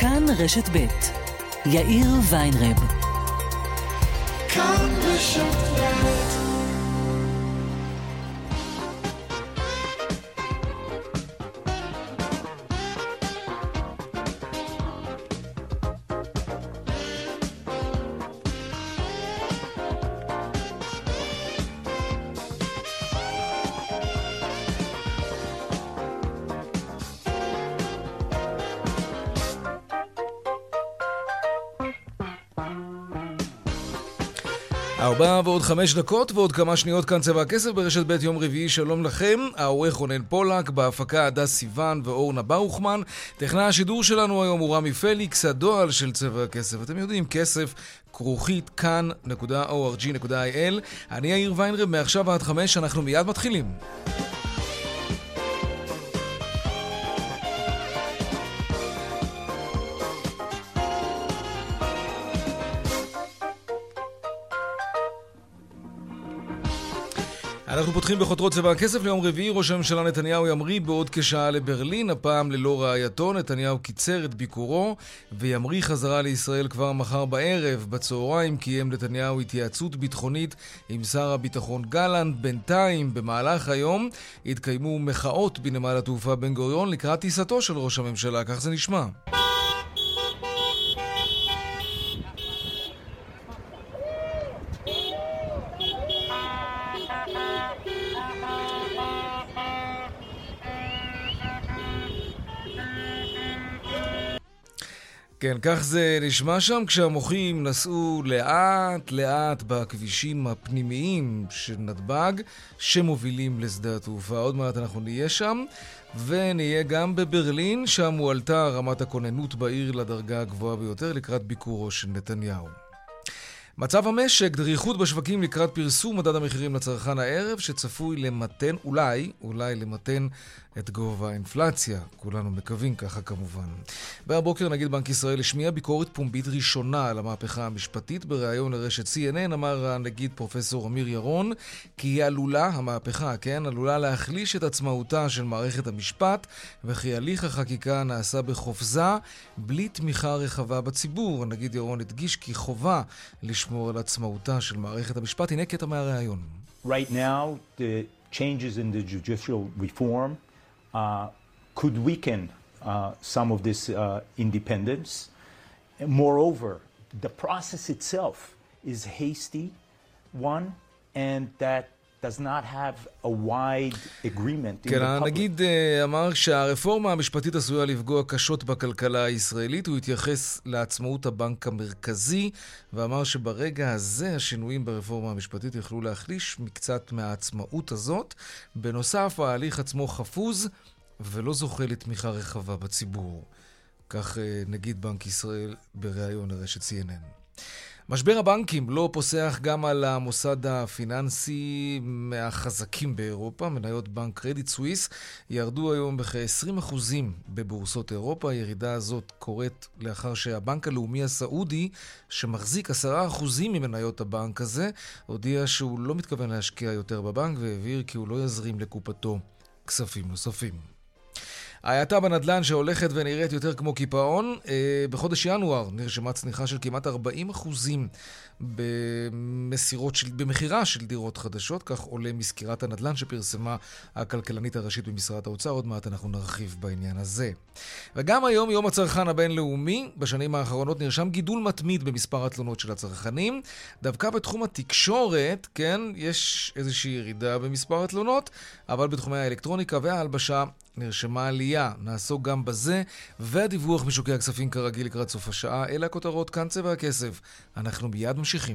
כאן רשת ב' יאיר ויינרב. כאן רשת ב'. ארבע ועוד 5 דקות ועוד כמה שניות כאן צבע הכסף ברשת ב' יום רביעי. שלום לכם, העורך רונן פולק, בהפקה הדס סיוון ואורנה ברוכמן. טכנאי השידור שלנו היום הוא רמי פליקס. הדואל של צבע הכסף, אתם יודעים, כסף כרוכית כאן.org.il. אני יאיר ויינרב, מעכשיו עד 5 אנחנו מיד מתחילים. אנחנו פותחים בחותרות צבע הכסף ליום רביעי. ראש הממשלה נתניהו ימריא בעוד כשעה לברלין, הפעם ללא רעייתו. נתניהו קיצר את ביקורו וימריא חזרה לישראל כבר מחר בערב. בצהריים קיים נתניהו התייעצות ביטחונית עם שר הביטחון גלנט. בינתיים במהלך היום התקיימו מחאות בנמל התעופה בן גוריון לקראת טיסתו של ראש הממשלה, כך זה נשמע. כן, כך זה נשמע שם כשהמוחים נסעו לאט לאט בכבישים הפנימיים של נתב"ג שמובילים לשדה התעופה. עוד מעט אנחנו נהיה שם ונהיה גם בברלין, שם הועלתה רמת הכוננות בעיר לדרגה הגבוהה ביותר לקראת ביקורו של נתניהו. מצב המשק, דריכות בשווקים לקראת פרסום מדד המחירים לצרכן הערב, שצפוי למתן, אולי למתן את גובה האינפלציה. כולנו מקווים ככה כמובן. והבוקר נגיד בנק ישראל השמיע ביקורת פומבית ראשונה על המהפכה המשפטית. בריאיון לרשת CNN אמר הנגיד פרופסור אמיר ירון כי היא המהפכה, עלולה להחליש את עצמאותה של מערכת המשפט, וכי הליך החקיקה נעשה בחופזה בלי תמיכה רחבה בציבור. הנגיד ירון הדגיש כי חובה לשמור על עצמאותה של מערכת המשפט. הנה קטע מהריאיון. Right now, the changes in the judicial reform could weaken some of this independence. Moreover, the process itself is hasty one, and that does not have a wide agreement in the public. הנגיד אמר שהרפורמה המשפטית עשויה לפגוע קשות בכלכלה הישראלית. הוא התייחס לעצמאות הבנק המרכזי ואמר שברגע הזה השינויים ברפורמה המשפטית יכלו להחליש מקצת מהעצמאות הזאת. בנוסף, ההליך עצמו חפוז ולא זוכה לתמיכה רחבה בציבור. כך נגיד בנק ישראל בריאיון לרשת CNN. משבר הבנקים לא פוסח גם על המוסד הפיננסי מהחזקים באירופה. מניות בנק קרדיט סוויס ירדו היום בכ-20% בבורסות אירופה. הירידה הזאת קורית לאחר שהבנק הלאומי הסעודי, שמחזיק 10% ממניות הבנק הזה, הודיע שהוא לא מתכוון להשקיע יותר בבנק, והבהיר כי הוא לא יזרים לקופתו כספים נוספים. ההאטה בנדל"ן שהולכת ונראית יותר כמו קיפאון. בחודש ינואר נרשמה צניחה של כמעט 40% במחירה של דירות חדשות, כך עולה מסקירת הנדל"ן שפרסמה הכלכלנית הראשית במשרד האוצר. עוד מעט אנחנו נרחיב בעניין הזה. וגם היום, יום הצרכן הבינלאומי, בשנים האחרונות נרשם גידול מתמיד במספר התלונות של הצרכנים. דווקא בתחום התקשורת, יש איזושהי ירידה במספר התלונות, אבל בתחומי האלקטרוניקה וההלבשה נרשמה עלייה. נעסוק גם בזה, והדיווח משוקי הכספים כרגיל לקראת סוף השעה. אלה הכותרות, כאן צבע הכסף. אנחנו מיד ממשיכים.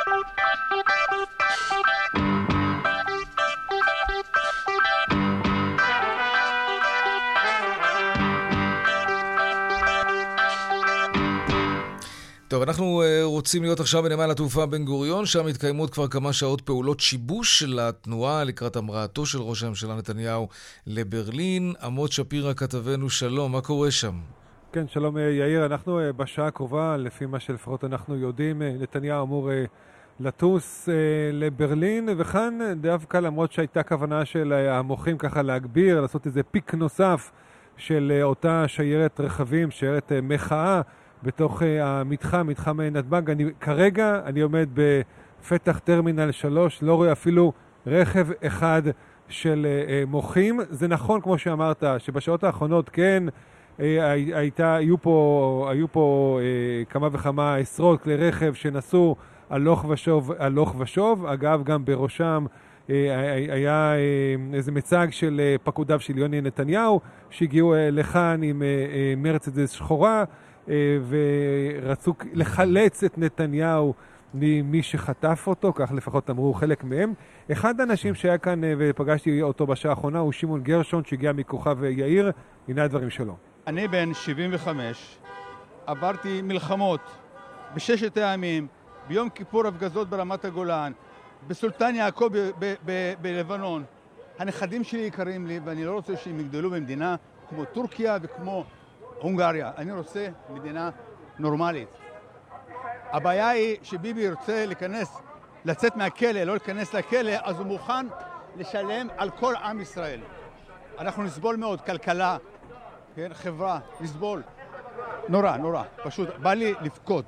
טוב, אנחנו רוצים להיות עכשיו בנמל התעופה בן גוריון. שם מתקיימות כבר כמה שעות פעולות שיבוש של התנועה לקראת המראתו של ראש הממשלה נתניהו לברלין. עמוד שפירא כתבנו, שלום, מה קורה שם? כן, שלום יאיר, אנחנו בשעה הקרובה, לפי מה שלפחות אנחנו יודעים, נתניהו אמור לטוס לברלין, וכאן דווקא למרות שהייתה כוונה של המוחים ככה להגביר, לעשות איזה פיק נוסף של אותה שיירת רכבים, שיירת מחאה, בתוך מתחם נתב"ג. כרגע אני עומד בפתח טרמינל 3, לא רואה אפילו רכב אחד של מוחים. זה נכון, כמו שאמרת, שבשעות האחרונות כן, היו פה כמה וכמה עשרות כלי רכב שנסעו הלוך ושוב. אגב, גם בראשם היה איזה מצג של פקודיו של יוני נתניהו, שהגיעו לכאן עם מרצדס שחורה, ורצו לחלץ את נתניהו ממי שחטף אותו, כך לפחות אמרו חלק מהם. אחד האנשים שהיה כאן ופגשתי אותו בשעה האחרונה הוא שמעון גרשון, שהגיע מכוכב יאיר. הנה הדברים שלו. אני בן 75, עברתי מלחמות בששת הימים, ביום כיפור הפגזות ברמת הגולן, בסולטן יעקב בלבנון. הנכדים שלי יקרים לי, ואני לא רוצה שהם יגדלו במדינה כמו טורקיה וכמו הונגריה. אני רוצה מדינה נורמלית. הבעיה היא שביבי ירצה לצאת מהכלא, לא להיכנס לכלא, אז הוא מוכן לשלם על כל עם ישראל. אנחנו נסבול מאוד, כלכלה, כן, חברה, נסבול. נורא, פשוט בא לי לבכות.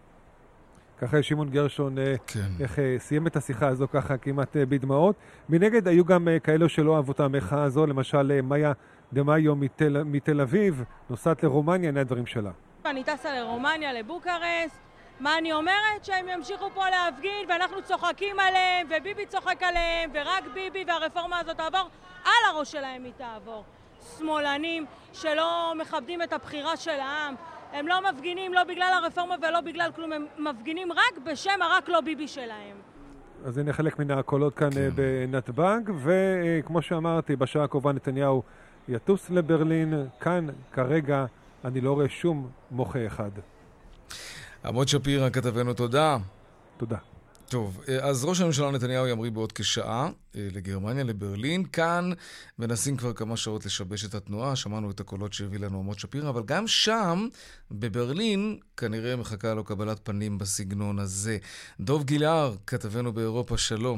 ככה שמעון גרשון איך סיים את השיחה הזו ככה כמעט בדמעות. מנגד היו גם כאלו שלא אהבו את המחאה הזו, למשל מאיה דמאיו מתל אביב, נוסעת לרומניה, הנה הדברים שלה. אני טסה לרומניה, לבוקרסט. מה אני אומרת? שהם ימשיכו פה להפגין ואנחנו צוחקים עליהם וביבי צוחק עליהם ורק ביבי, והרפורמה הזאת תעבור, על הראש שלהם היא תעבור. שמאלנים שלא מכבדים את הבחירה של העם, הם לא מפגינים לא בגלל הרפורמה ולא בגלל כלום, הם מפגינים רק בשם הרק לא ביבי שלהם. אז הנה חלק מן הקולות כאן בנתב"ג, וכמו שאמרתי, בשעה הקרובה נתניהו יטוס לברלין. כאן כרגע אני לא רואה שום מוחה אחד. עמוד שפירא כתבנו, תודה. תודה. טוב, אז ראש הממשלה נתניהו ימריא בעוד כשעה לגרמניה, לברלין. כאן מנסים כבר כמה שעות לשבש את התנועה, שמענו את הקולות שהביא לנו עמוד שפירא, אבל גם שם, בברלין, כנראה מחכה לו קבלת פנים בסגנון הזה. דוב גילהר, כתבנו באירופה, שלום.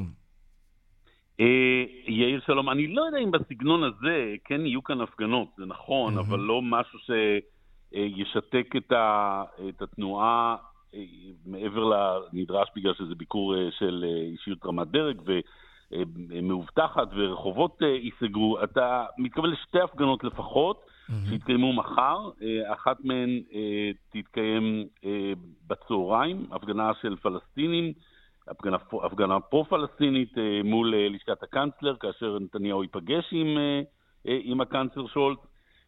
יאיר, שלום. אני לא יודע אם בסגנון הזה, כן, יהיו כאן הפגנות, זה נכון, אבל לא משהו שישתק את התנועה מעבר לנדרש, בגלל שזה ביקור של אישיות רמת דרג ומאובטחת ורחובות ייסגרו. אתה מתכוון לשתי הפגנות לפחות שהתקיימו מחר. אחת מהן תתקיים בצהריים, הפגנה של פלסטינים, הפגנה פרו-פלסטינית מול לשכת הקנצלר, כאשר נתניהו ייפגש עם הקנצלר שולט,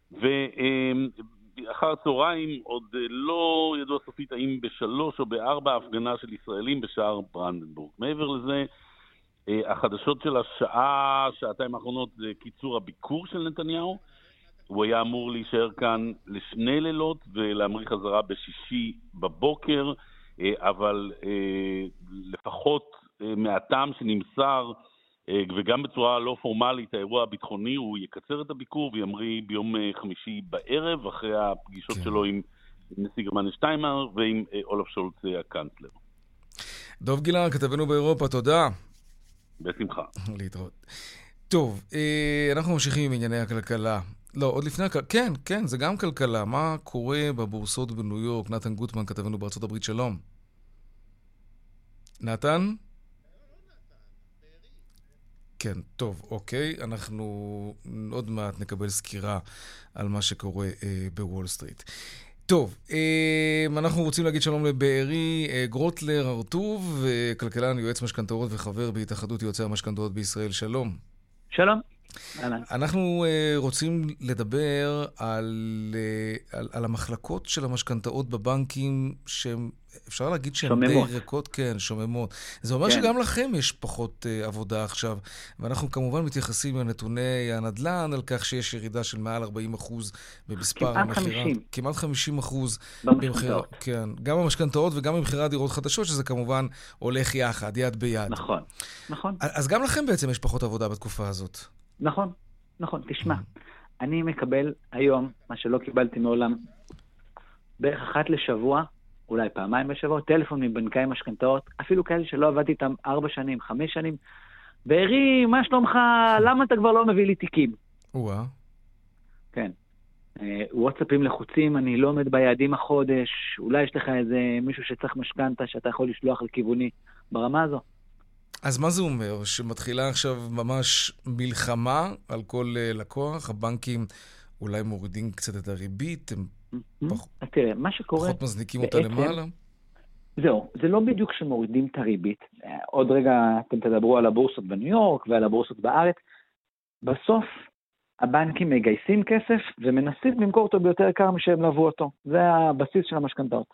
אחר צהריים עוד לא ידוע סופית האם ב3 או ב4 הפגנה של ישראלים בשער ברנדנבורג. מעבר לזה, החדשות של שעתיים האחרונות זה קיצור הביקור של נתניהו. הוא היה אמור להישאר כאן לשני לילות ולהמריא חזרה בשישי בבוקר, אבל לפחות מהטעם שנמסר וגם בצורה לא פורמלית, האירוע הביטחוני, הוא יקצר את הביקור וימריא ביום חמישי בערב, אחרי הפגישות שלו עם נשיא גרמניה שטיימר ועם אולף שולץ הקנצלר. דוב גילהר, כתבנו באירופה, תודה. בשמחה. להתראות. טוב, אנחנו ממשיכים עם ענייני הכלכלה. לא, עוד לפני כן, זה גם כלכלה. מה קורה בבורסות בניו יורק? נתן גוטמן, כתבנו בארצות הברית, שלום. נתן? כן, טוב, אוקיי. אנחנו עוד מעט נקבל סקירה על מה שקורה בוול סטריט. טוב, אנחנו רוצים להגיד שלום לבארי גרוטלר ארטוב, כלכלן, יועץ משכנתאות וחבר בהתאחדות יועצי המשכנתאות בישראל. שלום. שלום. אנחנו רוצים לדבר על המחלקות של המשכנתאות בבנקים, שאפשר להגיד שהן די ריקות, כן, שוממות. זה אומר שגם לכם יש פחות עבודה עכשיו, ואנחנו כמובן מתייחסים לנתוני הנדל"ן, על כך שיש ירידה של מעל 40% במספר המחירה. כמעט 50% במחירה. כן, גם במשכנתאות וגם במחירה דירות חדשות, שזה כמובן הולך יחד, יד ביד. נכון, נכון. אז גם לכם בעצם יש פחות עבודה בתקופה הזאת. נכון, נכון. תשמע, אני מקבל היום, מה שלא קיבלתי מעולם, בערך אחת לשבוע, אולי פעמיים בשבוע, טלפון מבנקאי משכנתאות, אפילו כאלה שלא עבדתי איתם 4 שנים, 5 שנים. בארי, מה שלומך? למה אתה כבר לא מביא לי תיקים? וואה. כן. וואטסאפים לחוצים, אני לא עומד ביעדים החודש, אולי יש לך איזה מישהו שצריך משכנתה שאתה יכול לשלוח לכיווני ברמה הזו. אז מה זה אומר? שמתחילה עכשיו ממש מלחמה על כל לקוח? הבנקים אולי מורידים קצת את הריבית? הם תראה, מה שקורה... פחות מזניקים אותה למעלה? זהו, זה לא בדיוק שמורידים את הריבית. עוד רגע אתם תדברו על הבורסות בניו יורק ועל הבורסות בארץ. בסוף הבנקים מגייסים כסף ומנסים למכור אותו ביותר יקר משהם לבוא אותו. זה הבסיס של המשכנתאות.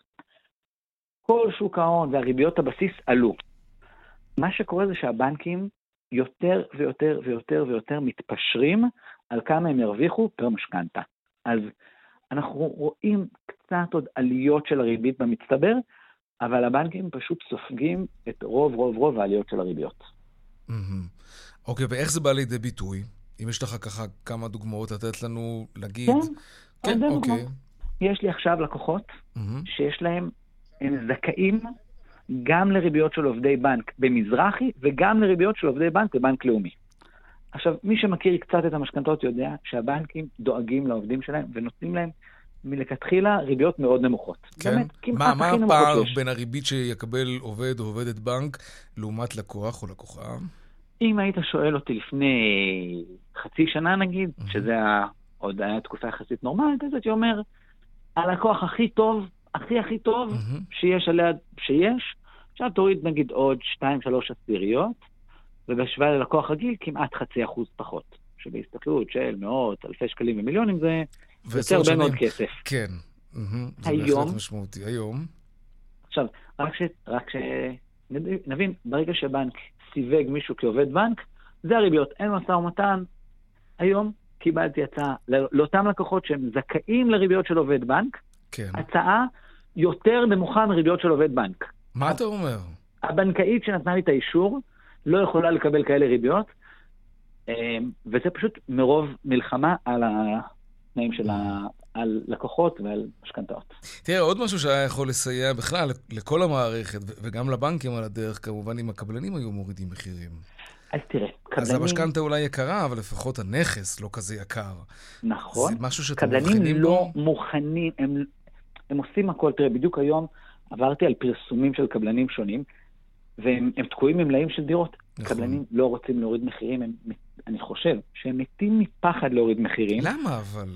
כל שוק ההון והריביות הבסיס עלו. מה שקורה זה שהבנקים יותר ויותר ויותר ויותר מתפשרים על כמה הם ירוויחו פר משכנתה. אז אנחנו רואים קצת עוד עליות של הריבית במצטבר, אבל הבנקים פשוט סופגים את רוב העליות של הריביות. אוקיי, ואיך זה בא לידי ביטוי? אם יש לך ככה כמה דוגמאות לתת לנו, להגיד... כן, אוקיי. יש לי עכשיו לקוחות שיש להם, הם זכאים גם לריביות של עובדי בנק במזרחי, וגם לריביות של עובדי בנק בבנק לאומי. עכשיו, מי שמכיר קצת את המשכנתאות יודע שהבנקים דואגים לעובדים שלהם, ונותנים להם מלכתחילה ריביות מאוד נמוכות. כן? באמת, כמעט מה הכי נמוכות הפער שיש. בין הריבית שיקבל עובד או עובדת בנק לעומת לקוח או לקוחה? אם היית שואל אותי לפני חצי שנה נגיד, שזה עוד היה תקופה יחסית נורמלית, אז הייתי אומר, הלקוח הכי טוב, הכי טוב שיש עליה, שיש, עכשיו תוריד נגיד עוד 2-3 עשיריות, ובשוואה ללקוח רגיל כמעט 0.5% פחות, שבהסתכלות של מאות, אלפי שקלים ומיליונים זה יותר הרבה מאוד כסף. כן, זה בהחלט משמעותי. היום? עכשיו, רק שנבין, ברגע שבנק סיווג מישהו כעובד בנק, זה הריביות, אין משא ומתן. היום קיבלתי הצעה לאותם לקוחות שהם זכאים לריביות של עובד בנק, כן. הצעה יותר נמוכה מריביות של עובד בנק. מה אתה אומר? הבנקאית שנתנה לי את האישור לא יכולה לקבל כאלה ריביות, וזה פשוט מרוב מלחמה על התנאים של הלקוחות ועל משכנתאות. תראה, עוד משהו שהיה יכול לסייע בכלל לכל המערכת, וגם לבנקים על הדרך, כמובן, אם הקבלנים היו מורידים מחירים. אז תראה, קבלנים... אז המשכנתה אולי יקרה, אבל לפחות הנכס לא כזה יקר. נכון. זה משהו שאתם מוכנים בו? קבלנים לא מוכנים, הם עושים הכל. תראה, בדיוק היום עברתי על פרסומים של קבלנים שונים, והם תקועים עם מלאים של דירות. נכון. קבלנים לא רוצים להוריד מחירים, אני חושב שהם מתים מפחד להוריד מחירים. למה אבל?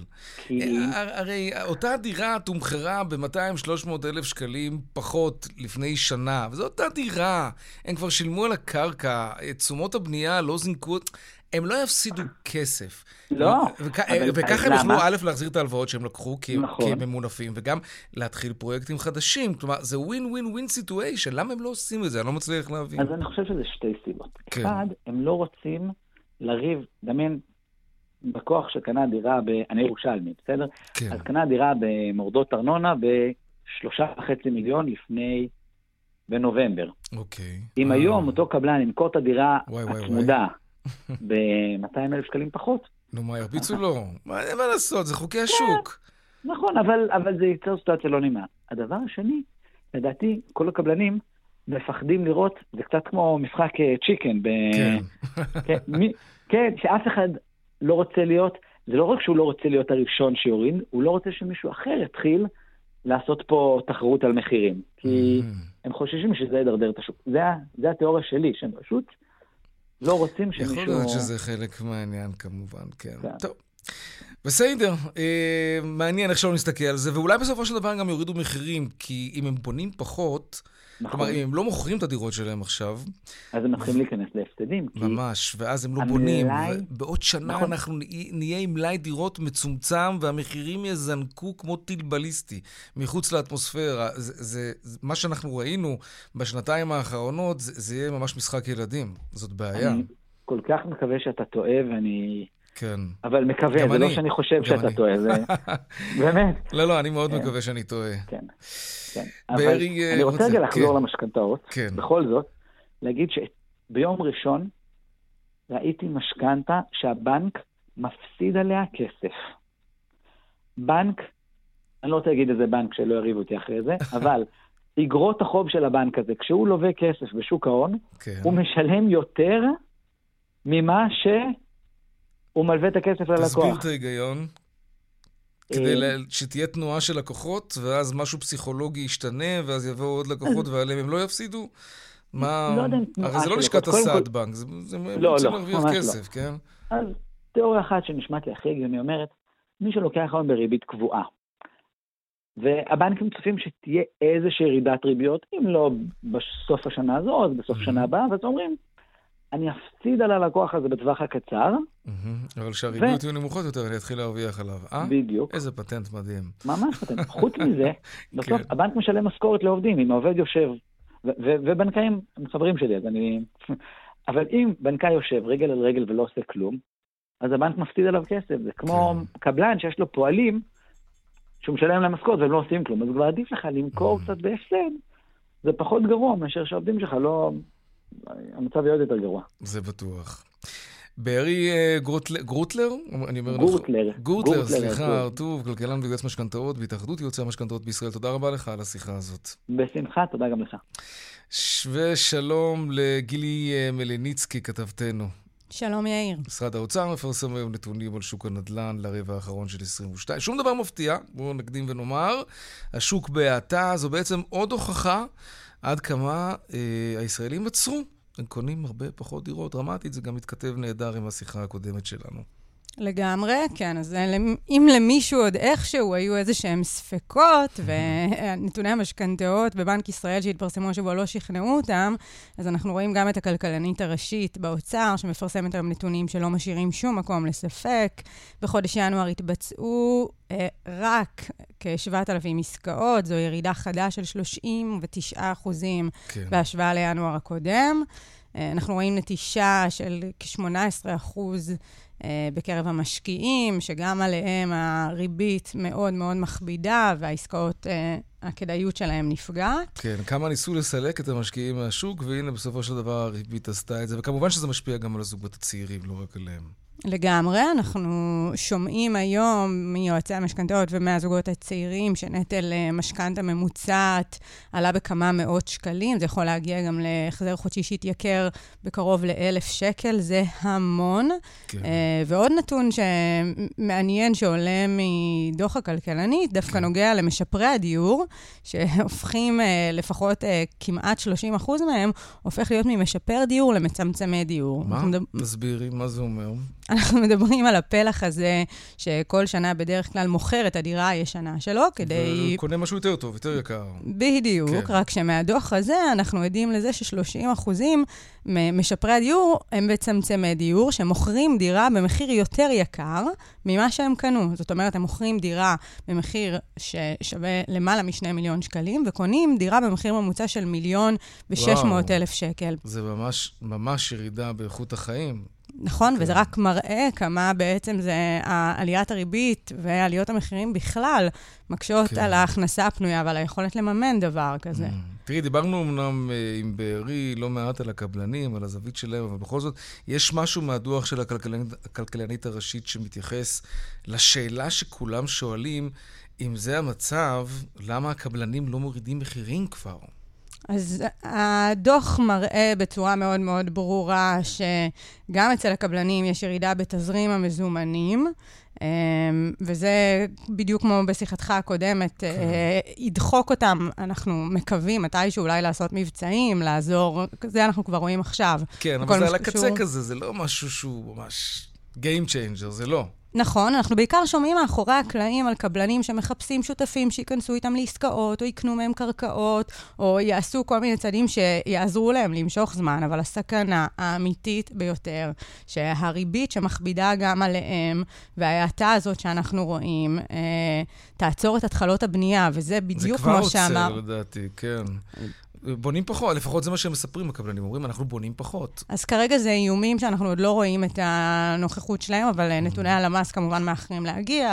הרי אותה דירה תומחרה ב-200-300 אלף שקלים פחות לפני שנה, וזו אותה דירה. הם כבר שילמו על הקרקע, תשומות הבנייה לא זינקו, הם לא יפסידו כסף. לא. וככה הם יוכלו א' להחזיר את ההלוואות שהם לקחו כי הם ממונפים, וגם להתחיל פרויקטים חדשים. כלומר, זה win-win-win situation. למה הם לא עושים את זה? אני לא מצליח להבין. אז אני חושב שזה שתי סיבות. אחד, הם לא רוצים לריב, דמיין, בכוח שקנה דירה, אני ירושלמי, בסדר? כן. אז קנה דירה במורדות ארנונה ב3.5 מיליון בנובמבר. אוקיי. אם היום אותו קבלן ימכור את הדירה הצמודה ב-200,000 שקלים פחות. נו, מה ירביצו לו? מה לעשות? זה חוקי השוק. נכון, אבל זה ייצר סיטואציה לא נעימה. הדבר השני, לדעתי, כל הקבלנים מפחדים לראות, זה קצת כמו משחק צ'יקן. כן, שאף אחד לא רוצה להיות, זה לא רק שהוא לא רוצה להיות הראשון שיוריד, הוא לא רוצה שמישהו אחר יתחיל לעשות פה תחרות על מחירים. כי הם חוששים שזה ידרדר את השוק. זה התיאוריה שלי, שהם פשוט לא רוצים שמישהו... יכול להיות שזה חלק מהעניין כמובן, כן. טוב. בסדר, מעניין איך שלא נסתכל על זה, ואולי בסופו של דבר גם יורידו מחירים, כי אם הם בונים פחות, כלומר, אם הם לא מוכרים את הדירות שלהם עכשיו... אז הם מתחילים להיכנס להפסדים. ממש, ואז הם לא בונים, ובעוד שנה אנחנו נהיה עם מלאי דירות מצומצם, והמחירים יזנקו כמו טיל בליסטי, מחוץ לאטמוספירה. מה שאנחנו ראינו בשנתיים האחרונות, זה יהיה ממש משחק ילדים. זאת בעיה. אני כל כך מקווה שאתה טועה, ואני... כן. אבל מקווה, זה לא שאני חושב שאתה טועה, זה באמת. לא, אני מאוד מקווה שאני טועה. כן, כן. אבל אני רוצה רגע לחזור למשכנתאות, בכל זאת, להגיד שביום ראשון ראיתי משכנתה שהבנק מפסיד עליה כסף. בנק, אני לא רוצה להגיד איזה בנק שלא יריבו אותי אחרי זה, אבל אגרות החוב של הבנק הזה, כשהוא לווה כסף בשוק ההון, הוא משלם יותר ממה הוא מלווה את הכסף ללקוח. תסביר את ההיגיון. כדי שתהיה תנועה של לקוחות, ואז משהו פסיכולוגי ישתנה, ואז יבואו עוד לקוחות, ועליהם הם לא יפסידו? הרי זה לא לשכת הסעד בנק, זה רוצים להרוויח כסף, כן? אז תיאוריה אחת שנשמעת לי הכי הגיוני אומרת, מי שלוקח היום בריבית קבועה, והבנקים צופים שתהיה איזושהי ירידת ריביות, אם לא בסוף השנה הזו, אז בסוף שנה הבאה, ואז אומרים, אני אפסיד על הלקוח הזה בטווח הקצר. אבל שהריביות יהיו נמוכות יותר, אני אתחיל להרוויח עליו. בדיוק. איזה פטנט מדהים. ממש פטנט. חוץ מזה, בסוף הבנק משלם משכורת לעובדים, אם העובד יושב, ובנקאים הם חברים שלי, אז אני... אבל אם בנקאי יושב רגל על רגל ולא עושה כלום, אז הבנק מפסיד עליו כסף. זה כמו קבלן שיש לו פועלים, שהוא משלם להם משכורת והם לא עושים כלום. אז כבר עדיף לך למכור קצת בהפסד. זה פחות גרוע מאשר שהעובדים שלך לא... המצב יהיה עוד יותר גרוע. זה בטוח. בארי גרוטלר? גורטלר, סליחה, ארטוב, כלכלן ויועץ משכנתאות בהתאחדות יועצי המשכנתאות בישראל. תודה רבה לך על השיחה הזאת. בשמחה, תודה גם לך. ושלום לגילי מלניצקי, כתבתנו. שלום יאיר. משרד האוצר מפרסם היום נתונים על שוק הנדל"ן לרבע האחרון של 22. שום דבר מפתיע, בואו נקדים ונאמר. השוק בהאטה זו בעצם עוד הוכחה עד כמה הישראלים עצרו. הם קונים הרבה פחות דירות. דרמטית, זה גם מתכתב נהדר עם השיחה הקודמת שלנו. לגמרי, כן. אז אם למישהו עוד איכשהו היו איזה שהם ספקות, ונתוני המשכנתאות בבנק ישראל שהתפרסמו השבוע לא שכנעו אותם, אז אנחנו רואים גם את הכלכלנית הראשית באוצר, שמפרסמת היום נתונים שלא משאירים שום מקום לספק. בחודש ינואר התבצעו רק כ-7,000 עסקאות, זו ירידה חדה של 39% בהשוואה לינואר הקודם. אנחנו רואים נטישה של כ-18% בקרב המשקיעים, שגם עליהם הריבית מאוד מאוד מכבידה, והעסקאות, הכדאיות שלהם נפגעת. כן, כמה ניסו לסלק את המשקיעים מהשוק, והנה בסופו של דבר הריבית עשתה את זה, וכמובן שזה משפיע גם על הזוגות הצעירים, לא רק עליהם. לגמרי, אנחנו שומעים היום מיועצי המשכנתאות ומהזוגות הצעירים שנטל משכנתה ממוצעת עלה בכמה מאות שקלים, זה יכול להגיע גם להחזר חודשי שהתייקר בקרוב ל1,000 שקל, זה המון. כן. ועוד נתון שמעניין שעולה מדוח הכלכלנית, דווקא נוגע למשפרי הדיור, שהופכים לפחות כמעט 30% מהם, הופך להיות ממשפר דיור למצמצמי דיור. מה? תסבירי, מה זה אומר? אנחנו מדברים על הפלח הזה, שכל שנה בדרך כלל מוכר את הדירה הישנה שלו, כדי... קונה משהו יותר טוב, יותר יקר. בדיוק, כן. רק שמהדוח הזה אנחנו עדים לזה ש30% משפרי הדיור הם בצמצמי דיור, שמוכרים דירה במחיר יותר יקר ממה שהם קנו. זאת אומרת, הם מוכרים דירה במחיר ששווה למעלה מ2 מיליון שקלים, וקונים דירה במחיר ממוצע של 1,600,000 שקל. זה ממש ירידה באיכות החיים. נכון, וזה רק מראה כמה בעצם זה עליית הריבית ועליות המחירים בכלל מקשות על ההכנסה הפנויה ועל היכולת לממן דבר כזה. תראי, דיברנו אמנם עם בארי לא מעט על הקבלנים, על הזווית שלהם, אבל בכל זאת, יש משהו מהדוח של הכלכלנית הראשית שמתייחס לשאלה שכולם שואלים, אם זה המצב, למה הקבלנים לא מורידים מחירים כבר? אז הדוח מראה בצורה מאוד מאוד ברורה שגם אצל הקבלנים יש ירידה בתזרים המזומנים, וזה בדיוק כמו בשיחתך הקודמת, ידחוק אותם, אנחנו מקווים מתישהו אולי לעשות מבצעים, לעזור, זה אנחנו כבר רואים עכשיו. כן, אבל זה על הקצה כזה, זה לא משהו שהוא ממש game changer, זה לא. נכון, אנחנו בעיקר שומעים מאחורי הקלעים על קבלנים שמחפשים שותפים שיכנסו איתם לעסקאות, או יקנו מהם קרקעות, או יעשו כל מיני צעדים שיעזרו להם למשוך זמן, אבל הסכנה האמיתית ביותר, שהריבית שמכבידה גם עליהם, וההאטה הזאת שאנחנו רואים, תעצור את התחלות הבנייה, וזה בדיוק כמו שאמר... זה כבר עוצר לדעתי, כן. בונים פחות, לפחות זה מה שהם מספרים, הקבלנים אומרים, אנחנו בונים פחות. אז כרגע זה איומים שאנחנו עוד לא רואים את הנוכחות שלהם, אבל נתוני הלמ"ס כמובן מאחרים להגיע,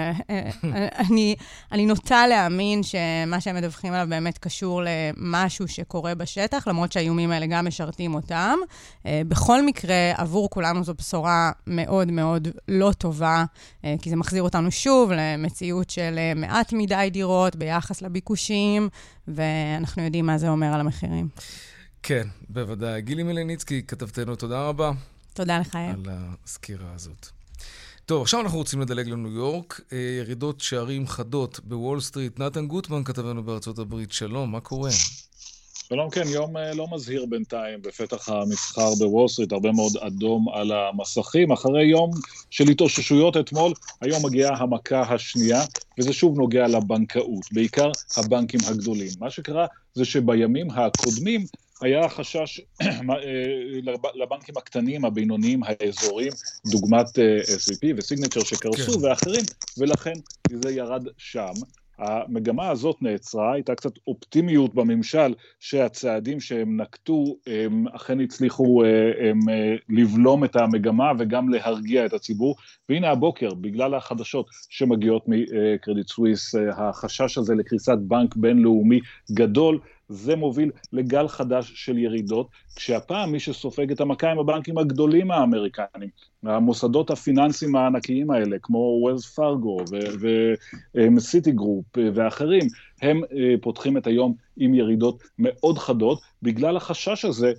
ואני נוטה להאמין שמה שהם מדווחים עליו באמת קשור למשהו שקורה בשטח, למרות שהאיומים האלה גם משרתים אותם. בכל מקרה, עבור כולנו זו בשורה מאוד מאוד לא טובה, כי זה מחזיר אותנו שוב למציאות של מעט מדי דירות ביחס לביקושים, ואנחנו יודעים מה זה אומר על המחירים. כן, בוודאי. גילי מלניצקי, כתבתנו, תודה רבה. תודה לך. על הסקירה הזאת. טוב, עכשיו אנחנו רוצים לדלג לניו יורק. ירידות שערים חדות בוול סטריט. נתן גוטמן כתבנו בארצות הברית. שלום, מה קורה? שלום, כן, יום לא מזהיר בינתיים בפתח המסחר בוול סטריט, הרבה מאוד אדום על המסכים. אחרי יום של התאוששויות אתמול, היום מגיעה המכה השנייה, וזה שוב נוגע לבנקאות, בעיקר הבנקים הגדולים. מה שקרה זה שבימים הקודמים היה חשש לבנקים הקטנים, הבינוניים, האזוריים, דוגמת SVP וסיגנצ'ר שקרסו ואחרים, ולכן זה ירד שם. המגמה הזאת נעצרה, הייתה קצת אופטימיות בממשל שהצעדים שהם נקטו הם אכן הצליחו לבלום את המגמה וגם להרגיע את הציבור, והנה הבוקר, בגלל החדשות שמגיעות מקרדיט סוויס, החשש הזה לקריסת בנק בינלאומי גדול, זה מוביל לגל חדש של ירידות, כשהפעם מי שסופג את המכה עם הבנקים הגדולים האמריקנים, המוסדות הפיננסיים הענקיים האלה, כמו ווילס פארגו וסיטי גרופ ואחרים, הם פותחים את היום עם ירידות מאוד חדות, בגלל החשש הזה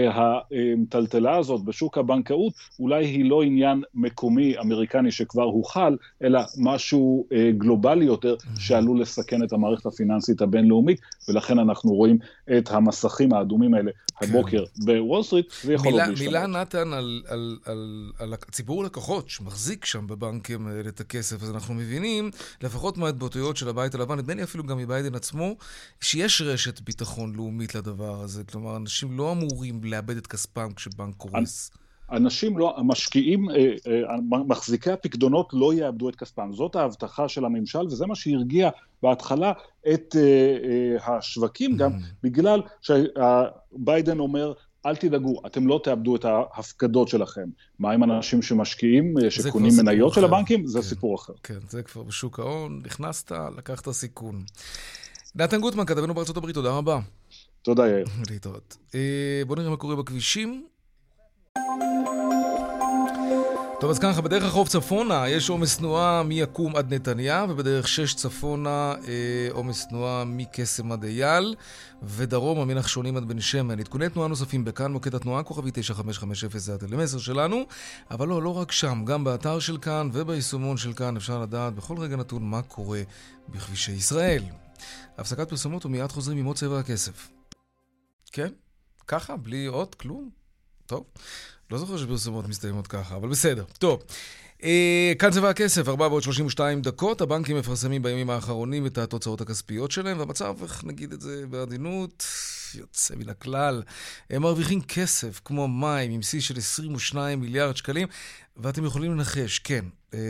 שהטלטלה הזאת בשוק הבנקאות, אולי היא לא עניין מקומי אמריקני שכבר הוחל, אלא משהו גלובלי יותר שעלול לסכן את המערכת הפיננסית הבינלאומית, ולכן אנחנו רואים את המסכים האדומים האלה הבוקר בוול סטריט, זה יכול עוד להשתמש. מילה נתן על הציבור לקוחות שמחזיק שם בבנקים את הכסף, אז אנחנו מבינים, לפחות מההתבטאויות של הבית הלבן, נדמה לי אפילו גם מביידן עצמו, שיש רשת ביטחון לאומית לדבר הזה, כלומר, אנשים לא אמורים לאבד את כספם כשבנק קורס. אנשים לא, המשקיעים, מחזיקי הפקדונות לא יאבדו את כספם. זאת ההבטחה של הממשל, וזה מה שהרגיע בהתחלה את השווקים גם, בגלל שביידן אומר, אל תדאגו, אתם לא תאבדו את ההפקדות שלכם. מה עם אנשים שמשקיעים, שקונים מניות של הבנקים? זה סיפור אחר. כן, זה כבר בשוק ההון, נכנסת, לקחת סיכון. נתן גוטמן, כתבנו בארצות הברית, תודה רבה. תודה, יאיר. להתראות. בואו נראה מה קורה בכבישים. טוב, אז ככה, בדרך החוף צפונה יש עומס תנועה מיקום עד נתניה, ובדרך 6 צפונה עומס תנועה מקסם עד אייל, ודרומה מנחשונים עד בן שמן. עדכוני תנועה נוספים בכאן, מוקד התנועה כוכבי 9550 זה הטלמסר שלנו, אבל לא רק שם, גם באתר של כאן וביישומון של כאן אפשר לדעת בכל רגע נתון מה קורה בכבישי ישראל. הפסקת פרסומות ומיד חוזרים עם עוד צבע הכסף. כן? ככה? בלי עוד כלום? טוב. לא זוכר שפרסומות מסתיימות ככה, אבל בסדר. טוב. כאן צבע הכסף, 4:32. הבנקים מפרסמים בימים האחרונים את התוצאות הכספיות שלהם, והמצב, איך נגיד את זה בעדינות, יוצא מן הכלל. הם מרוויחים כסף כמו מים עם שיא של 22 מיליארד שקלים, ואתם יכולים לנחש, כן,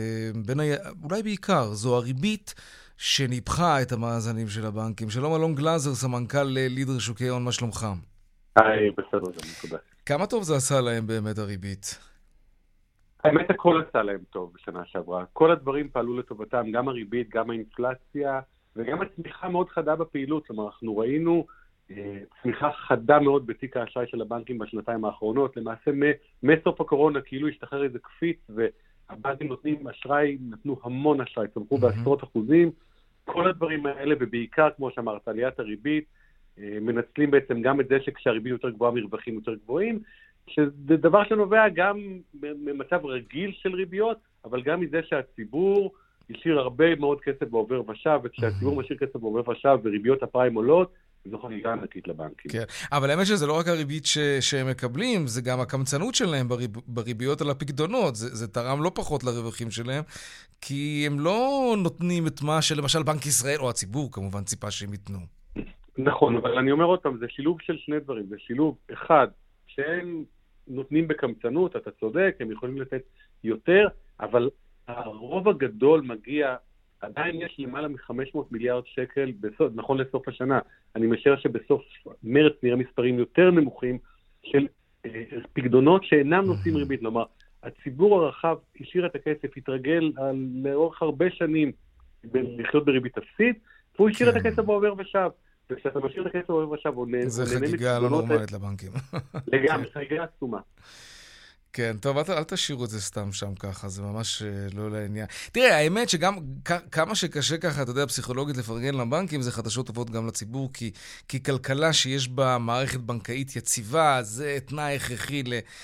אולי בעיקר, זו הריבית שניפחה את המאזנים של הבנקים. שלום אלון גלזר, סמנכ"ל לידר שוקי הון, מה שלומך? היי, בסדר, תודה. כמה טוב זה עשה להם באמת הריבית? האמת, הכל עשה להם טוב בשנה שעברה. כל הדברים פעלו לטובתם, גם הריבית, גם האינפלציה, וגם הצמיחה מאוד חדה בפעילות. כלומר, אנחנו ראינו צמיחה חדה מאוד בתיק האשראי של הבנקים בשנתיים האחרונות. למעשה, מסוף הקורונה כאילו השתחרר איזה קפיץ, והבנקים נותנים אשראי, נתנו המון אשראי, צמחו בעשרות אחוזים. כל הדברים האלה, ובעיקר, כמו שאמרת, עליית הריבית, מנצלים בעצם גם את זה שכשהריבית יותר גבוהה מרווחים יותר גבוהים, שזה דבר שנובע גם ממצב רגיל של ריביות, אבל גם מזה שהציבור השאיר הרבה מאוד כסף בעובר ושב, וכשהציבור משאיר כסף בעובר ושב וריביות הפריים עולות, זו חגיגה ענקית לבנקים. כן, אבל האמת שזה לא רק הריבית שהם מקבלים, זה גם הקמצנות שלהם בריביות על הפקדונות, זה תרם לא פחות לרווחים שלהם, כי הם לא נותנים את מה שלמשל בנק ישראל, או הציבור כמובן ציפה שהם ייתנו. נכון, אבל אני אומר עוד פעם, זה שילוב של שני דברים. זה שילוב, אחד, שהם נותנים בקמצנות, אתה צודק, הם יכולים לתת יותר, אבל הרוב הגדול מגיע, עדיין יש למעלה מ-500 מיליארד שקל, נכון לסוף השנה. אני משער שבסוף מרץ נראה מספרים יותר נמוכים של פקדונות שאינם נושאים ריבית. כלומר, הציבור הרחב השאיר את הכסף, התרגל לאורך הרבה שנים לחיות בריבית אפסית, והוא השאיר את הכסף בעובר ושב. וכשאתה משאיר את הכסף בעובר ושב, הוא נהנה... זה חגיגה לא נורמלית לבנקים. לגמרי, חגיגה עצומה. כן, טוב, אל תשאירו את זה סתם שם ככה, זה ממש לא לעניין. תראה, האמת שגם כמה שקשה ככה, אתה יודע, פסיכולוגית לפרגן לבנקים, זה חדשות טובות גם לציבור, כי כלכלה שיש בה מערכת בנקאית יציבה, זה תנאי הכרחי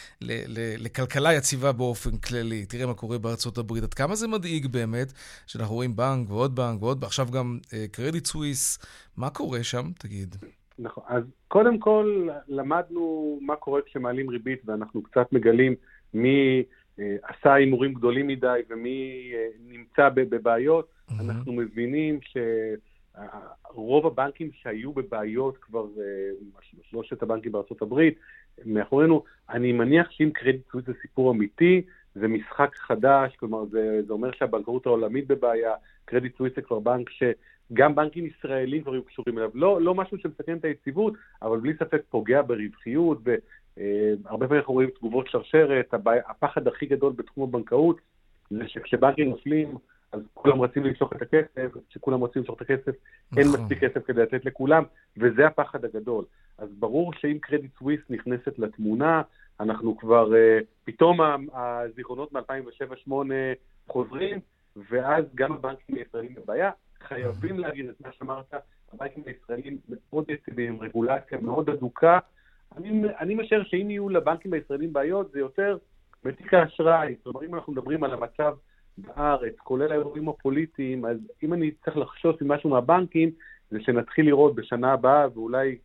לכלכלה יציבה באופן כללי. תראה מה קורה בארצות הברית. עד כמה זה מדאיג באמת, שאנחנו רואים בנק ועוד בנק ועוד, עכשיו גם קרדיט סוויס, מה קורה שם, תגיד? נכון, אז קודם כל למדנו מה קורה כשמעלים ריבית, ואנחנו קצת מגלים מי עשה הימורים גדולים מדי ומי נמצא בבעיות. אנחנו מבינים שרוב הבנקים שהיו בבעיות כבר, שלושת הבנקים בארצות הברית, מאחורינו, אני מניח שאם קרדיט סוויס זה סיפור אמיתי, זה משחק חדש, כלומר זה אומר שהבנקאות העולמית בבעיה, קרדיט סוויס זה כבר בנק גם בנקים ישראלים כבר היו קשורים אליו, לא משהו שמסכן את היציבות, אבל בלי ספק פוגע ברווחיות, הרבה פעמים אנחנו רואים תגובות שרשרת, הפחד הכי גדול בתחום הבנקאות, זה שכשבנקים נופלים, אז כולם רצים למשוך את הכסף, כשכולם רוצים למשוך את הכסף, אין מספיק כסף כדי לתת לכולם, וזה הפחד הגדול. אז ברור שאם קרדיט סוויס נכנסת לתמונה, אנחנו כבר, פתאום הזיכרונות מ-2007-2008 חוזרים, ואז גם הבנקים הישראלים בבעיה, חייבים להגיד את מה שאמרת, הבנקים הישראלים מאוד יציבים, רגולציה מאוד אדוקה. אני משער שאם יהיו לבנקים הישראלים בעיות, זה יותר בתיק האשראי. זאת אומרת, אם אנחנו מדברים על המצב בארץ, כולל האירועים הפוליטיים, אז אם אני צריך לחשוש עם משהו מהבנקים, זה שנתחיל לראות בשנה הבאה, ואולי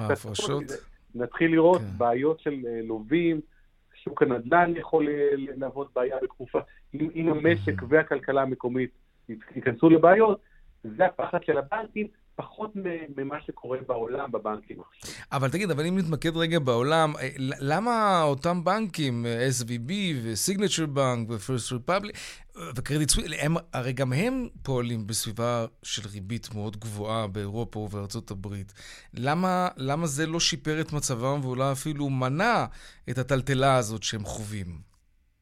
נתחיל לראות בעיות של לובים, שוק הנדל"ן יכול לעבוד בעיה בתקופה. אם המשק והכלכלה המקומית ייכנסו לבעיות, זה הפחד של הבנקים, פחות ממה שקורה בעולם בבנקים. אבל תגיד, אבל אם נתמקד רגע בעולם, למה אותם בנקים, SVB וסיגנצ'ר בנק ופרסט ריפבליק וקרדיט סוויס, הרי גם הם פועלים בסביבה של ריבית מאוד גבוהה באירופה ובארצות הברית. למה זה לא שיפר את מצבם ואולי אפילו מנע את הטלטלה הזאת שהם חווים?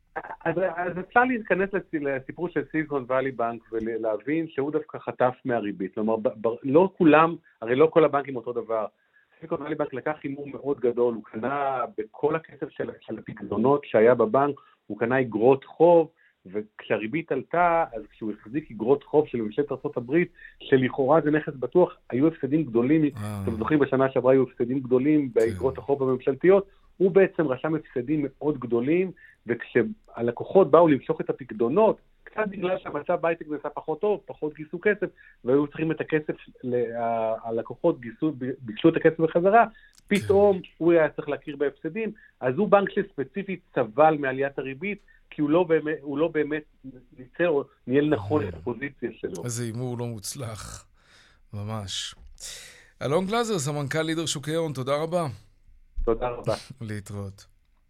אז אפשר להיכנס לסיפור של סיליקון ואלי בנק ולהבין שהוא דווקא חטף מהריבית. כלומר, לא כולם, הרי לא כל הבנקים אותו דבר. סיליקון ואלי בנק לקח הימור מאוד גדול, הוא קנה בכל הכסף של הפקדונות שהיה בבנק, הוא קנה אגרות חוב, וכשהריבית עלתה, אז כשהוא החזיק אגרות חוב של ממשלת ארצות הברית, שלכאורה זה נכס בטוח, היו הפסדים גדולים, אתם זוכרים בשנה שעברה היו הפסדים גדולים באגרות החוב הממשלתיות, הוא בעצם רשם הפסדים מאוד גדולים, וכשהלקוחות באו למשוך את הפקדונות, קצת בגלל שהמצב בהייטק נעשה פחות טוב, פחות גיסו כסף, והיו צריכים את הכסף, הלקוחות ביקשו את הכסף בחזרה, פתאום הוא היה צריך להכיר בהפסדים, אז הוא בנק שספציפית סבל מעליית הריבית, כי הוא לא באמת ניצר או ניהל נכון את הפוזיציה שלו. איזה הימור לא מוצלח, ממש. אלון גלזר, סמנכ"ל לידר שוקי ההון, תודה רבה. תודה רבה. להתראות.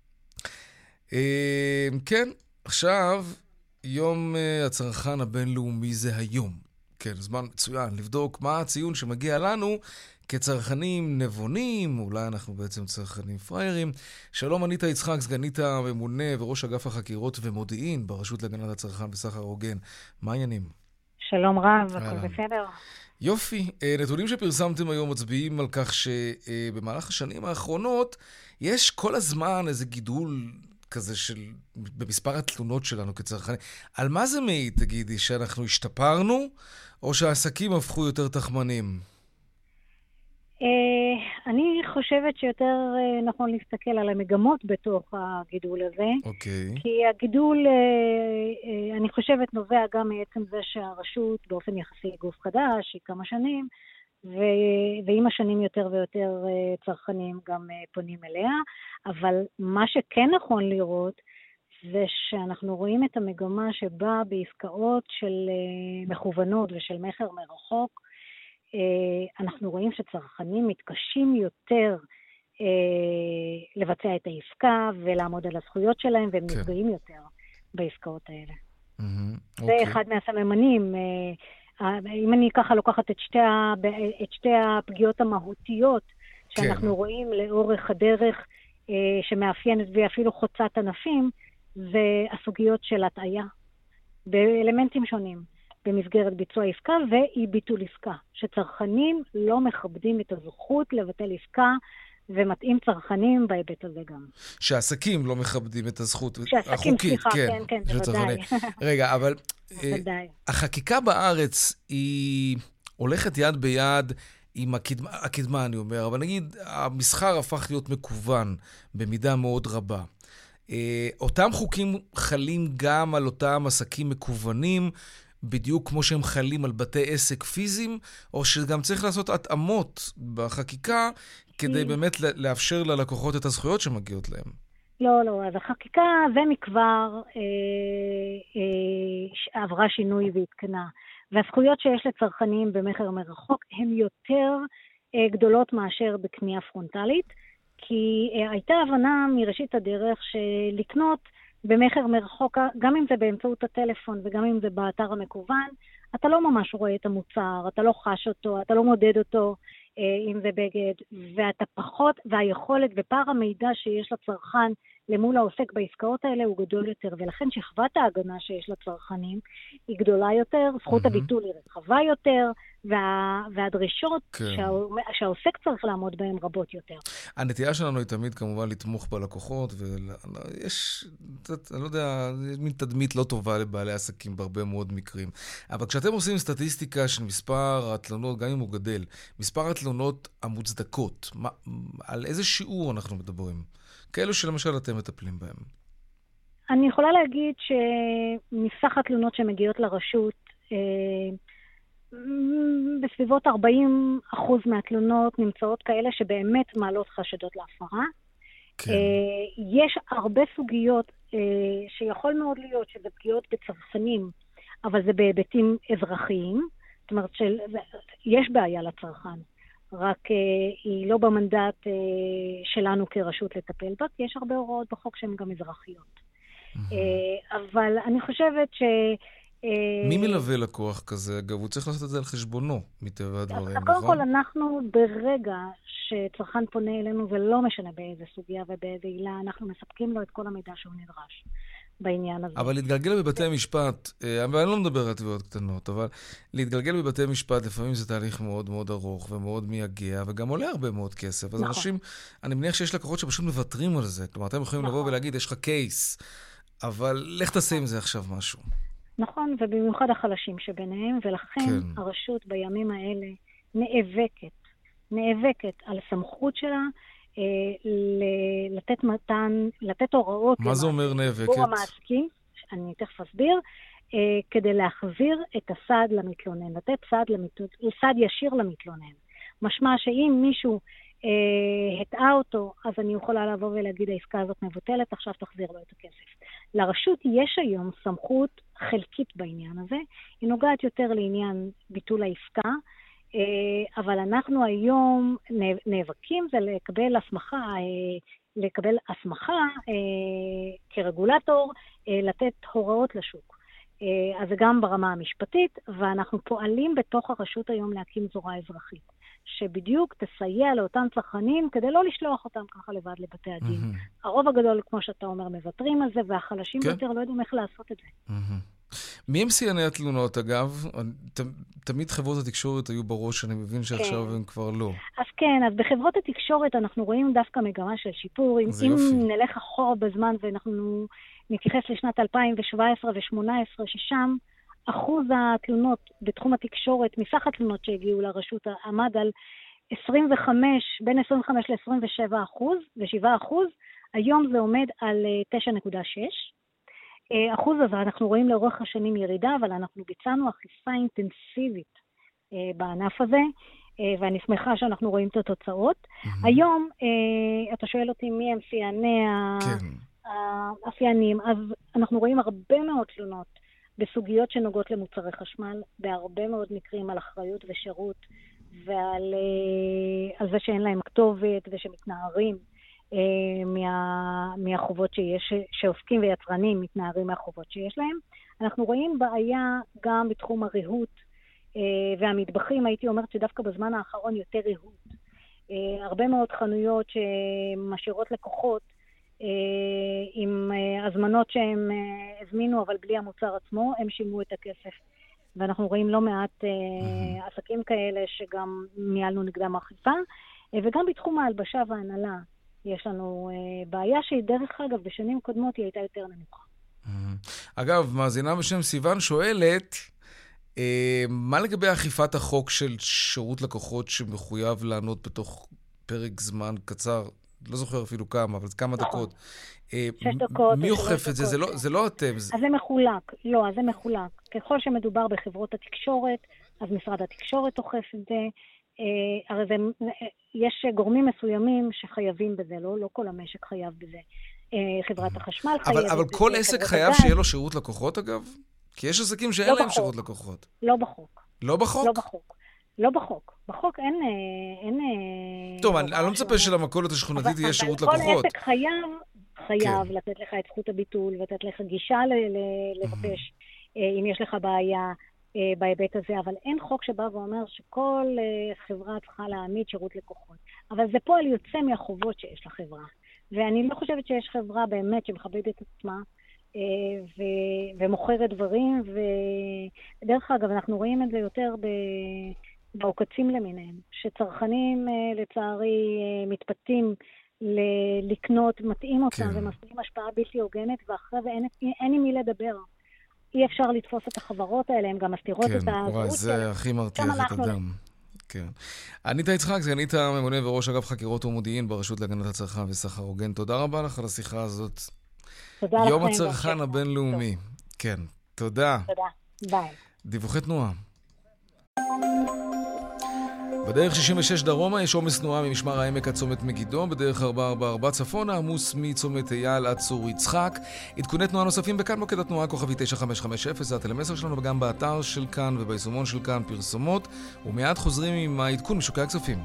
כן, עכשיו יום הצרכן הבינלאומי זה היום. כן, זמן מצוין לבדוק מה הציון שמגיע לנו כצרכנים נבונים, אולי אנחנו בעצם צרכנים פריירים. שלום, אניטה יצחק, סגנית הממונה וראש אגף החקירות ומודיעין ברשות להגנת הצרכן וסחר הוגן. מה העניינים? שלום רב, הכל בסדר. יופי, נתונים שפרסמתם היום מצביעים על כך שבמהלך השנים האחרונות יש כל הזמן איזה גידול כזה במספר התלונות שלנו כצרכנים. על מה זה מעיד, תגידי, שאנחנו השתפרנו או שהעסקים הפכו יותר תחמנים? אני חושבת שיותר נכון להסתכל על המגמות בתוך הגידול הזה. כי הגידול, אני חושבת, נובע גם מעצם זה שהרשות באופן יחסי גוף חדש, היא כמה שנים, ועם השנים יותר ויותר צרכנים גם פונים אליה. אבל מה שכן נכון לראות, זה שאנחנו רואים את המגמה שבה בעסקאות של מכוונות ושל מחר מרחוק, אנחנו רואים שצרכנים מתקשים יותר לבצע את העסקה ולעמוד על הזכויות שלהם, והם נפגעים יותר בעסקאות האלה. זה אחד מהסממנים. אם אני ככה לוקחת את שתי הפגיעות המהותיות שאנחנו רואים לאורך הדרך שמאפיינת ואפילו חוצת ענפים, זה הסוגיות של הטעיה באלמנטים שונים. במסגרת ביצוע עסקה ואי ביטול עסקה, שצרכנים לא מכבדים את הזכות לבטל עסקה ומטעים צרכנים בהיבט הזה גם. שהעסקים לא מכבדים את הזכות החוקית, סליחה, כן, בוודאי. רגע, אבל בוודאי. החקיקה בארץ היא הולכת יד ביד עם הקדמה, אני אומר, אבל נגיד, המסחר הפך להיות מקוון במידה מאוד רבה. אותם חוקים חלים גם על אותם עסקים מקוונים, בדיוק כמו שהם חלים על בתי עסק פיזיים, או שגם צריך לעשות התאמות בחקיקה, כדי באמת לאפשר ללקוחות את הזכויות שמגיעות להם. לא, אז החקיקה זה מכבר עברה שינוי והתקנה, והזכויות שיש לצרכנים במחר מרחוק הן יותר גדולות מאשר בקנייה פרונטלית, כי הייתה הבנה מראשית הדרך שלקנות במחר מרחוק, גם אם זה באמצעות הטלפון וגם אם זה באתר המקוון, אתה לא ממש רואה את המוצר, אתה לא חש אותו, אתה לא מודד אותו, אם זה בגד, ואתה פחות, והיכולת ופער המידע שיש לצרכן למול העוסק בעסקאות האלה הוא גדול יותר, ולכן שכבת ההגנה שיש לצרכנים היא גדולה יותר, זכות הביטול היא רחבה יותר, והדרישות שהעוסק צריך לעמוד בהן רבות יותר. הנטייה שלנו היא תמיד כמובן לתמוך בלקוחות, ויש, אני לא יודע, מין תדמית לא טובה לבעלי עסקים בהרבה מאוד מקרים. אבל כשאתם עושים סטטיסטיקה של מספר התלונות, גם אם הוא גדל, מספר התלונות המוצדקות, על איזה שיעור אנחנו מדברים? כאלו שלמשל אתם מטפלים בהם. אני יכולה להגיד שמסך התלונות שמגיעות לרשות, בסביבות 40% מהתלונות נמצאות כאלה שבאמת מעלות חשדות להפרה. כן. יש הרבה סוגיות שיכול מאוד להיות שזה פגיעות בצרכנים, אבל זה בהיבטים אזרחיים. זאת אומרת שיש בעיה לצרכן. רק היא לא במנדט שלנו כרשות לטפל בה, כי יש הרבה הוראות בחוק שהן גם אזרחיות. אבל אני חושבת ש... מי מלווה לקוח כזה? אגב, הוא צריך לעשות את זה על חשבונו, מטבע הדברים, קודם כל, אנחנו ברגע שצרכן פונה אלינו, ולא משנה באיזה סוגיה ובאיזה עילה, אנחנו מספקים לו את כל המידע שהוא נדרש בעניין הזה. אבל להתגלגל בבתי המשפט, אני לא מדבר על תביעות קטנות, אבל להתגלגל בבתי משפט, לפעמים זה תהליך מאוד מאוד ארוך ומאוד מייגע, וגם עולה הרבה מאוד כסף. אז אנשים, אני מניח שיש לקוחות שפשוט מוותרים על זה. כלומר, אתם יכולים לבוא ולהגיד, יש לך קייס, אבל לך תעשה עם זה עכשיו משהו. נכון, ובמיוחד החלשים שביניהם, ולכן הרשות בימים האלה נאבקת על הסמכות שלה לתת הוראות. מה זה אומר נאבקת? המעסיקים, אני תכף אסביר, כדי להחזיר את הסעד למתלונן, לתת סעד ישיר למתלונן. משמע שאם מישהו הטעה אותו, אז אני יכולה לעבור ולהגיד, העסקה הזאת מבוטלת, עכשיו תחזיר לו את הכסף. לרשות יש היום סמכות חלקית בעניין הזה, היא נוגעת יותר לעניין ביטול העסקה, אבל אנחנו היום נאבקים זה לקבל הסמכה כרגולטור, לתת הוראות לשוק. אז זה גם ברמה המשפטית, ואנחנו פועלים בתוך הרשות היום להקים זרוע אזרחית, שבדיוק תסייע לאותם צרכנים כדי לא לשלוח אותם ככה לבד לבתי הדין. הרוב הגדול, כמו שאתה אומר, מוותרים על זה, והחלשים יותר לא יודעים איך לעשות את זה. מי הם שיאני התלונות, אגב? תמיד חברות התקשורת היו בראש, אני מבין שעכשיו הם כבר לא. אז כן, אז בחברות התקשורת אנחנו רואים דווקא מגמה של שיפור. אם נלך אחורה בזמן ואנחנו נתייחס לשנת 2017 ו-2018, ששם אחוז התלונות בתחום התקשורת, מסך התלונות שהגיעו לרשות, עמד על בין 25 ל-27%, ו7%, היום זה עומד על 9.6%. אחוז הזה אנחנו רואים לאורך השנים ירידה, אבל אנחנו ביצענו אכיפה אינטנסיבית בענף הזה, ואני שמחה שאנחנו רואים את התוצאות. היום, אתה שואל אותי מי הם שיאני האפיינים, אז אנחנו רואים הרבה מאוד תלונות בסוגיות שנוגעות למוצרי חשמל, בהרבה מאוד מקרים על אחריות ושירות, ועל זה שאין להם כתובת ושמתנערים מהחובות שיש, שעוסקים ויצרנים מתנערים מהחובות שיש להם. אנחנו רואים בעיה גם בתחום הריהוט והמטבחים, הייתי אומרת שדווקא בזמן האחרון יותר ריהוט. הרבה מאוד חנויות שמשאירות לקוחות עם הזמנות שהם הזמינו, אבל בלי המוצר עצמו, הם שילמו את הכסף. ואנחנו רואים לא מעט עסקים כאלה שגם ניהלנו נגדם אכיפה. וגם בתחום ההלבשה וההנהלה יש לנו בעיה שהיא דרך אגב, בשנים קודמות היא הייתה יותר נמוכה. אגב, מאזינה בשם סיוון שואלת, מה לגבי אכיפת החוק של שירות לקוחות שמחויב לענות בתוך פרק זמן קצר, לא זוכר אפילו כמה, אבל כמה דקות. 6 דקות. מי אוכף את זה? זה לא אתם. אז זה מחולק. לא, אז זה מחולק. ככל שמדובר בחברות התקשורת, אז משרד התקשורת אוכף את זה. הרי יש גורמים מסוימים שחייבים בזה, לא כל המשק חייב בזה. חברת החשמל חייבת בזה. אבל כל עסק חייב שיהיה לו שירות לקוחות, אגב? כי יש עסקים שאין להם שירות לקוחות. לא בחוק. לא בחוק? לא בחוק. לא בחוק. בחוק אין... טוב, אני לא מצפה שלמכולת השכונתית יהיה שירות לקוחות. כל עסק חייב לתת לך את זכות הביטול, ולתת לך גישה לבקש אם יש לך בעיה בהיבט הזה, אבל אין חוק שבא ואומר שכל חברה צריכה להעמיד שירות לקוחות. אבל זה פועל יוצא מהחובות שיש לחברה. ואני לא חושבת שיש חברה באמת שמכבדת את עצמה, ומוכרת דברים, ודרך אגב, אנחנו רואים את זה יותר בעוקצים למיניהם, שצרכנים לצערי מתפתים לקנות, מתאים אותם ומפעילים השפעה בלתי הוגנת, ואחרי זה אין עם מי לדבר. אי אפשר לתפוס את החברות האלה, הם גם מסתירות את הזהות. כן, זה הכי מרתיח את אדם. כן. אניטה יצחק, סגנית הממונה וראש אגף חקירות ומודיעין ברשות להגנת הצרכן וסחר הוגן. תודה רבה לך על השיחה הזאת. תודה לכם. יום הצרכן הבינלאומי. כן, תודה. תודה, ביי. דיווחי תנועה. בדרך 66 דרומה יש עומס תנועה ממשמר העמק עד צומת מגידו, בדרך 444 צפונה עמוס מצומת אייל עד צור יצחק. עדכוני תנועה נוספים בכאן מוקד התנועה כוכבי 9550, זה הטלמסר שלנו וגם באתר של כאן וביישומון של כאן פרסומות, ומיד חוזרים עם העדכון משוקי הכספים.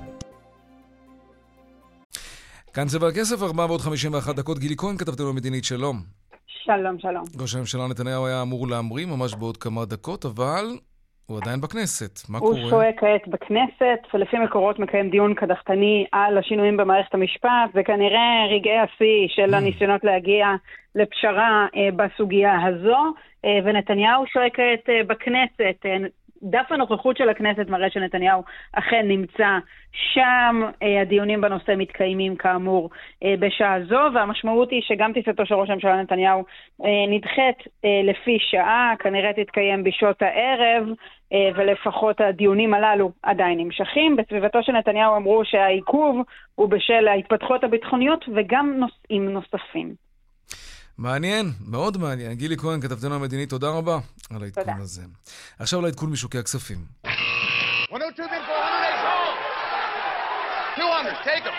כאן צבע הכסף, 451 דקות. גילי כהן, כתבתנו המדינית, שלום. שלום, שלום. ראש הממשלה נתניהו היה אמור להמריא ממש בעוד כמה דקות, אבל הוא עדיין בכנסת. מה קורה? הוא שוהה כעת בכנסת, ולפי מקורות מקיים דיון קדחתני על השינויים במערכת המשפט, וכנראה רגעי השיא של הניסיונות להגיע לפשרה בסוגיה הזו, ונתניהו שוהה כעת בכנסת. דף הנוכחות של הכנסת מראה שנתניהו אכן נמצא שם, הדיונים בנושא מתקיימים כאמור בשעה זו, והמשמעות היא שגם טיסתו של ראש הממשלה נתניהו נדחית לפי שעה, כנראה תתקיים בשעות הערב, ולפחות הדיונים הללו עדיין נמשכים. בסביבתו של נתניהו אמרו שהעיכוב הוא בשל ההתפתחות הביטחוניות וגם נושאים נוספים. מעניין, מאוד מעניין. גילי כהן, כתבתנו המדינית, תודה רבה על העדכון הזה. עכשיו לעדכון משוקי הכספים. 102 bid for 100, 200, take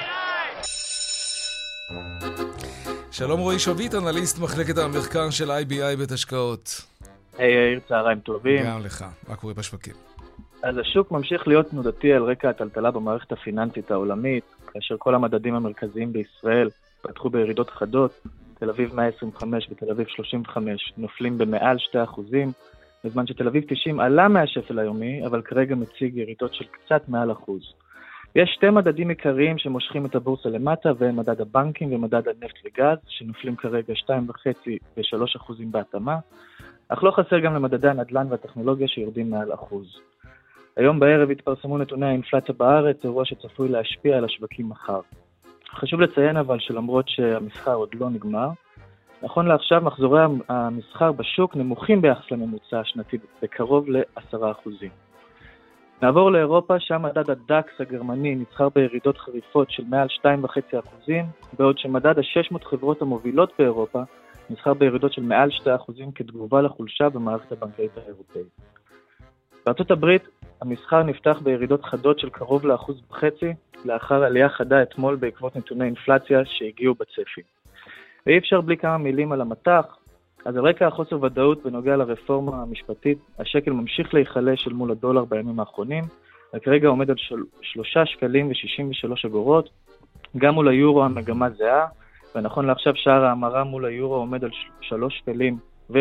them. שלום רועי שביט, אנליסט מחלקת המחקר של IBI בית השקעות. היי, צהריים טובים. גם לך, מה קורה בשווקים? אז השוק ממשיך להיות תנודתי על רקע הטלטלה במערכת הפיננסית העולמית, כאשר כל המדדים המרכזיים בישראל פתחו בירידות חדות. תל אביב 125 ותל אביב 35 נופלים במעל 2%, בזמן שתל אביב 90 עלה מהשפל היומי, אבל כרגע מציג ירידות של קצת מעל 1%. יש שתי מדדים עיקריים שמושכים את הבורסה למטה, והם מדד הבנקים ומדד הנפט וגז, שנופלים כרגע 2.5% ו3% בהתאמה, אך לא חסר גם למדדי הנדל"ן והטכנולוגיה שיורדים מעל 1%. היום בערב התפרסמו נתוני האינפלציה בארץ, אירוע שצפוי להשפיע על השווקים מחר. חשוב לציין אבל שלמרות שהמסחר עוד לא נגמר, נכון לעכשיו מחזורי המסחר בשוק נמוכים ביחס לממוצע השנתי בקרוב ל10%. נעבור לאירופה, שם מדד הדקס הגרמני נסחר בירידות חריפות של מעל 2.5%, בעוד שמדד ה-600 חברות המובילות באירופה נסחר בירידות של מעל 2% כתגובה לחולשה במערכת הבנקאית האירופאית. בארצות הברית המסחר נפתח בירידות חדות של קרוב ל1.5%, לאחר עלייה חדה אתמול בעקבות נתוני אינפלציה שהגיעו בצפי. ואי אפשר בלי כמה מילים על המטח, אז על רקע החוסר ודאות בנוגע לרפורמה המשפטית, השקל ממשיך להיחלש אל מול הדולר בימים האחרונים, וכרגע עומד על 3.63 שקלים, גם מול היורו המגמה זהה, ונכון לעכשיו שער ההמרה מול היורו עומד על 3.83 שקלים.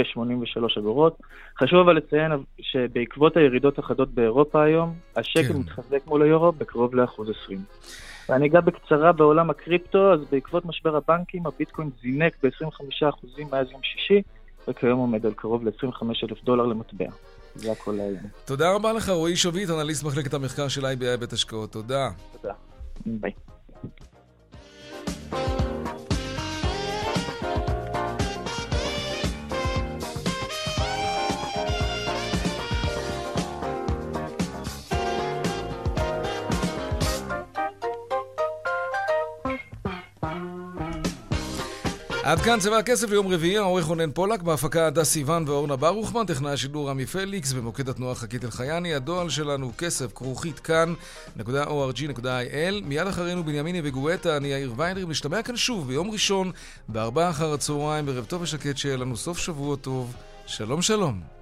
חשוב אבל לציין שבעקבות הירידות החדות באירופה היום, השקל מתחזק מול היורו בקרוב ל1.20%. ואני אגע בקצרה בעולם הקריפטו, אז בעקבות משבר הבנקים, הביטקוין זינק ב-25% מאז יום שישי, וכיום עומד על קרוב ל$25,000 למטבע. זה הכל היום. תודה רבה לך, רועי שביט, אנליסט מחלקת המחקר של IBI בית השקעות. תודה. תודה. ביי. עד כאן צבע הכסף ליום רביעי, העורך רונן פולק, בהפקה הדס סיוון ואורנה ברוכמן, טכנאי השידור רמי פליקס, במוקד התנועה חגית אלחייני. הדואל שלנו כסף@כאן.org.il. מיד אחרינו בנימיני וגואטה, אני יאיר ויינרב, נשתמע כאן שוב ביום ראשון ב16:00. ערב טוב ושקט, שיהיה לנו סוף שבוע טוב. שלום שלום.